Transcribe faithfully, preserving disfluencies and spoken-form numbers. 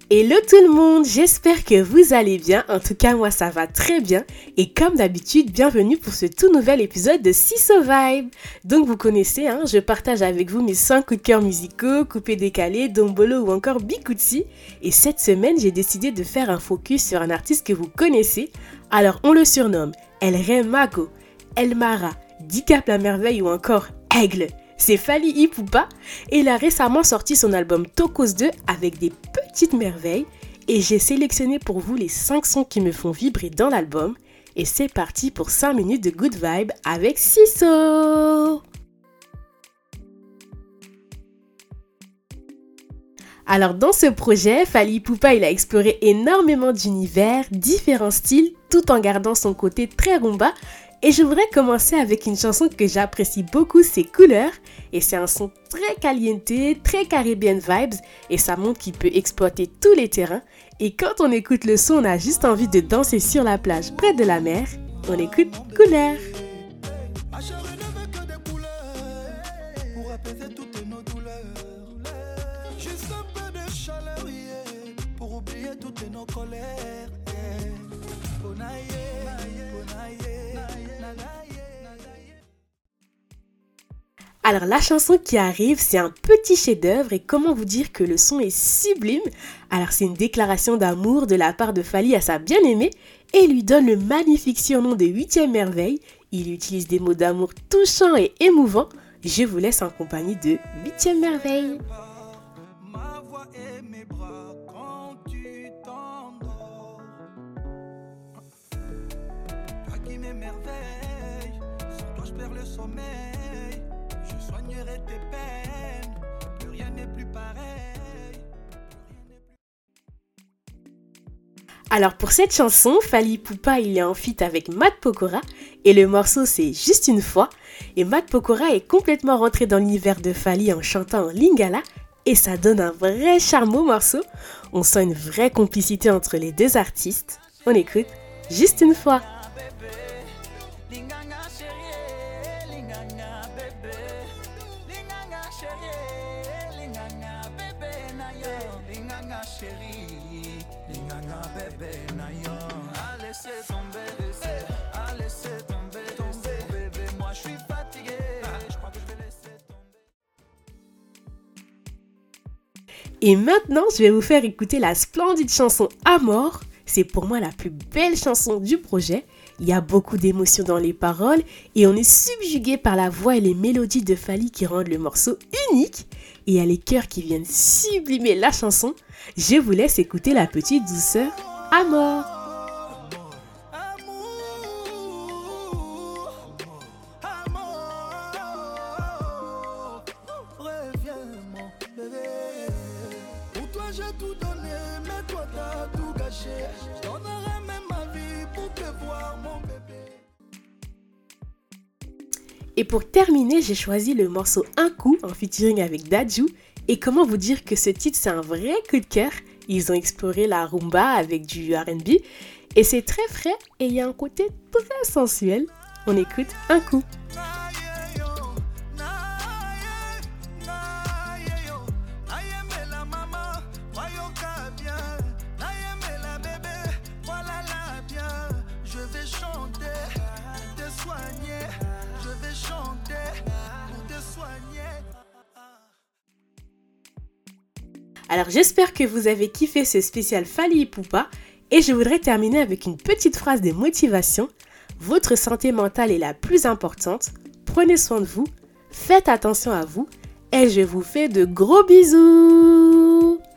Hello tout le monde, j'espère que vous allez bien, en tout cas moi ça va très bien et comme d'habitude, bienvenue pour ce tout nouvel épisode de Ciso Vibe. Donc vous connaissez, hein, je partage avec vous mes cinq coups de cœur musicaux, coupé décalé, dombolo ou encore bikutsi et cette semaine j'ai décidé de faire un focus sur un artiste que vous connaissez, alors on le surnomme El Rey Mago, El Mara, Dicap la merveille ou encore Aigle. C'est Fally Ipupa et il a récemment sorti son album Tokos deux avec des petites merveilles et j'ai sélectionné pour vous les cinq sons qui me font vibrer dans l'album et c'est parti pour cinq minutes de good vibe avec Ciso. Alors dans ce projet, Fally Ipupa il a exploré énormément d'univers, différents styles tout en gardant son côté très rumba. Et je voudrais commencer avec une chanson que j'apprécie beaucoup, c'est Couleurs. Et c'est un son très caliente, très Caribbean vibes. Et ça montre qu'il peut exploiter tous les terrains. Et quand on écoute le son, on a juste envie de danser sur la plage près de la mer. On écoute Couleurs. Alors la chanson qui arrive, c'est un petit chef-d'œuvre et comment vous dire que le son est sublime. Alors c'est une déclaration d'amour de la part de Fally à sa bien-aimée et lui donne le magnifique surnom de huitième merveille. Il utilise des mots d'amour touchants et émouvants. Je vous laisse en compagnie de huitième merveille. Ma voix et mes bras quand tu t'endors. Toi qui m'émerveille, sans toi je perds le sommeil. Je soignerai tes peines, plus rien n'est plus pareil. Alors pour cette chanson, Fally Ipupa il est en feat avec Matt Pokora et le morceau c'est Juste une fois. Et Matt Pokora est complètement rentré dans l'univers de Fally en chantant en lingala et ça donne un vrai charme au morceau. On sent une vraie complicité entre les deux artistes. On écoute Juste une fois. Et maintenant, je vais vous faire écouter la splendide chanson Amor. C'est pour moi la plus belle chanson du projet. Il y a beaucoup d'émotions dans les paroles et on est subjugué par la voix et les mélodies de Fally qui rendent le morceau unique. Et il y a les chœurs qui viennent sublimer la chanson. Je vous laisse écouter la petite douceur Amor. Et pour terminer, j'ai choisi le morceau Un coup en featuring avec Dadju. Et comment vous dire que ce titre c'est un vrai coup de cœur. Ils ont exploré la rumba avec du R and B et c'est très frais et il y a un côté très sensuel. On écoute Un coup. Alors j'espère que vous avez kiffé ce spécial Fally Ipupa et je voudrais terminer avec une petite phrase de motivation. Votre santé mentale est la plus importante. Prenez soin de vous, faites attention à vous et je vous fais de gros bisous.